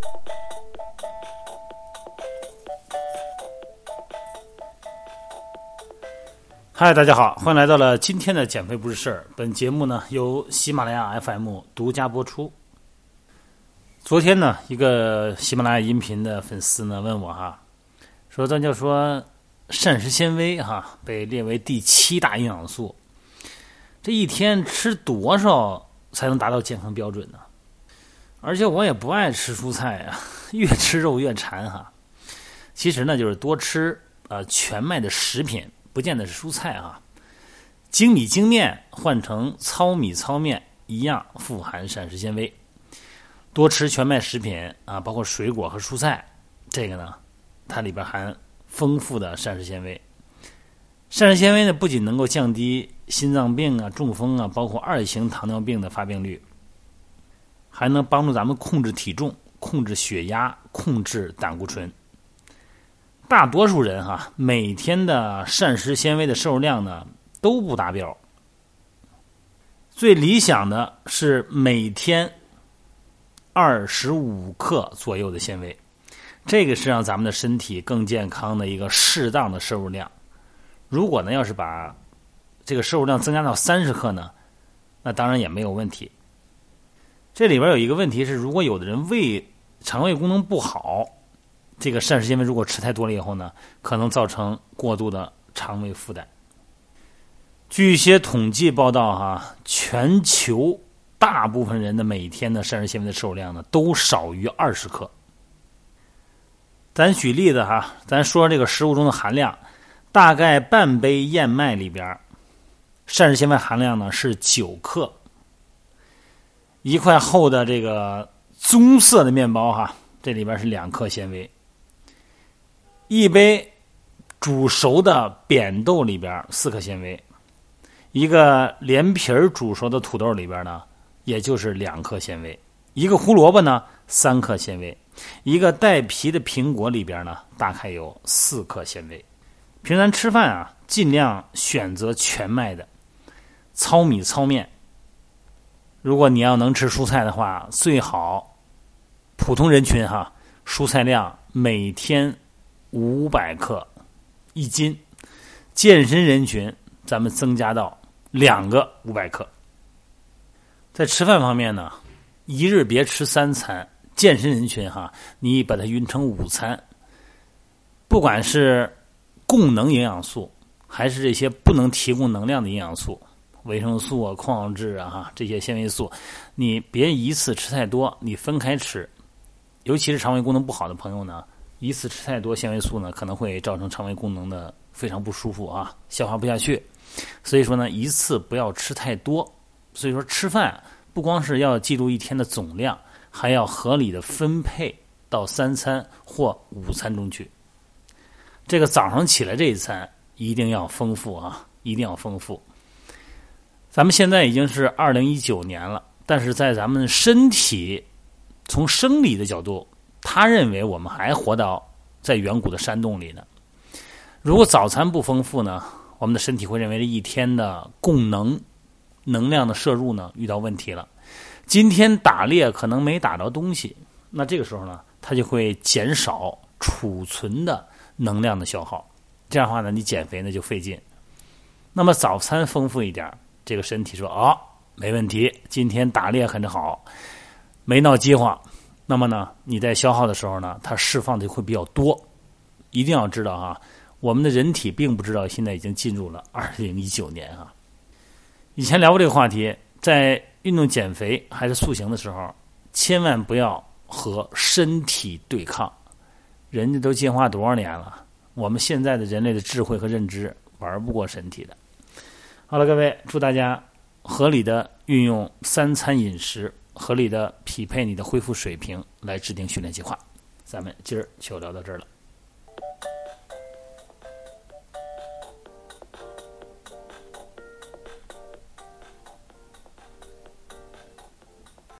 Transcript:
嗨，大家好，欢迎来到了今天的减肥不是事儿。本节目呢由喜马拉雅 FM 独家播出。昨天呢，一个喜马拉雅音频的粉丝呢问我说咱就说膳食纤维被列为第7大营养素，这一天吃多少才能达到健康标准呢？而且我也不爱吃蔬菜越吃肉越馋其实呢，就是多吃全麦的食品。不见得是蔬菜精米精面换成糙米糙面一样富含膳食纤维。多吃全麦食品包括水果和蔬菜，这个呢它里边含丰富的膳食纤维。膳食纤维呢不仅能够降低心脏病中风包括2型糖尿病的发病率，还能帮助咱们控制体重、控制血压、控制胆固醇。大多数人每天的膳食纤维的摄入量呢都不达标，最理想的是每天25克左右的纤维，这个是让咱们的身体更健康的一个适当的摄入量。如果呢要是把这个摄入量增加到30克呢，那当然也没有问题。这里边有一个问题是，如果有的人肠胃功能不好，这个膳食纤维如果吃太多了以后呢，可能造成过度的肠胃负担。据一些统计报道全球大部分人的每天的膳食纤维的摄入量呢都少于20克。咱举例子咱说这个食物中的含量，大概半杯燕麦里边膳食纤维含量呢是9克。一块厚的这个棕色的面包这里边是2克纤维。一杯煮熟的扁豆里边4克纤维，一个连皮煮熟的土豆里边呢也就是2克纤维，一个胡萝卜呢3克纤维，一个带皮的苹果里边呢大概有4克纤维。平常吃饭尽量选择全麦的糙米糙面。如果你要能吃蔬菜的话，最好普通人群蔬菜量每天500克1斤，健身人群咱们增加到2个500克。在吃饭方面呢，一日别吃3餐，健身人群你把它匀成5餐。不管是供能营养素还是这些不能提供能量的营养素，维生素矿物质这些纤维素，你别一次吃太多，你分开吃。尤其是肠胃功能不好的朋友呢，一次吃太多纤维素呢，可能会造成肠胃功能的非常不舒服消化不下去。所以说呢，一次不要吃太多。所以说吃饭不光是要记录一天的总量，还要合理的分配到3餐或5餐中去。这个早上起来这一餐一定要丰富一定要丰富。咱们现在已经是2019年了，但是在咱们身体从生理的角度，他认为我们还活到在远古的山洞里呢。如果早餐不丰富呢，我们的身体会认为这一天的供能量的摄入呢遇到问题了。今天打猎可能没打着东西，那这个时候呢，它就会减少储存的能量的消耗。这样的话呢，你减肥呢就费劲。那么早餐丰富一点，这个身体说没问题，今天打猎很好，没闹饥荒。那么呢，你在消耗的时候呢，它释放的会比较多。一定要知道我们的人体并不知道现在已经进入了2019年以前聊过这个话题，在运动减肥还是塑形的时候，千万不要和身体对抗。人家都进化多少年了，我们现在的人类的智慧和认知玩不过身体的。好了，各位，祝大家合理的运用3餐饮食，合理的匹配你的恢复水平来制定训练计划。咱们今儿就聊到这儿了。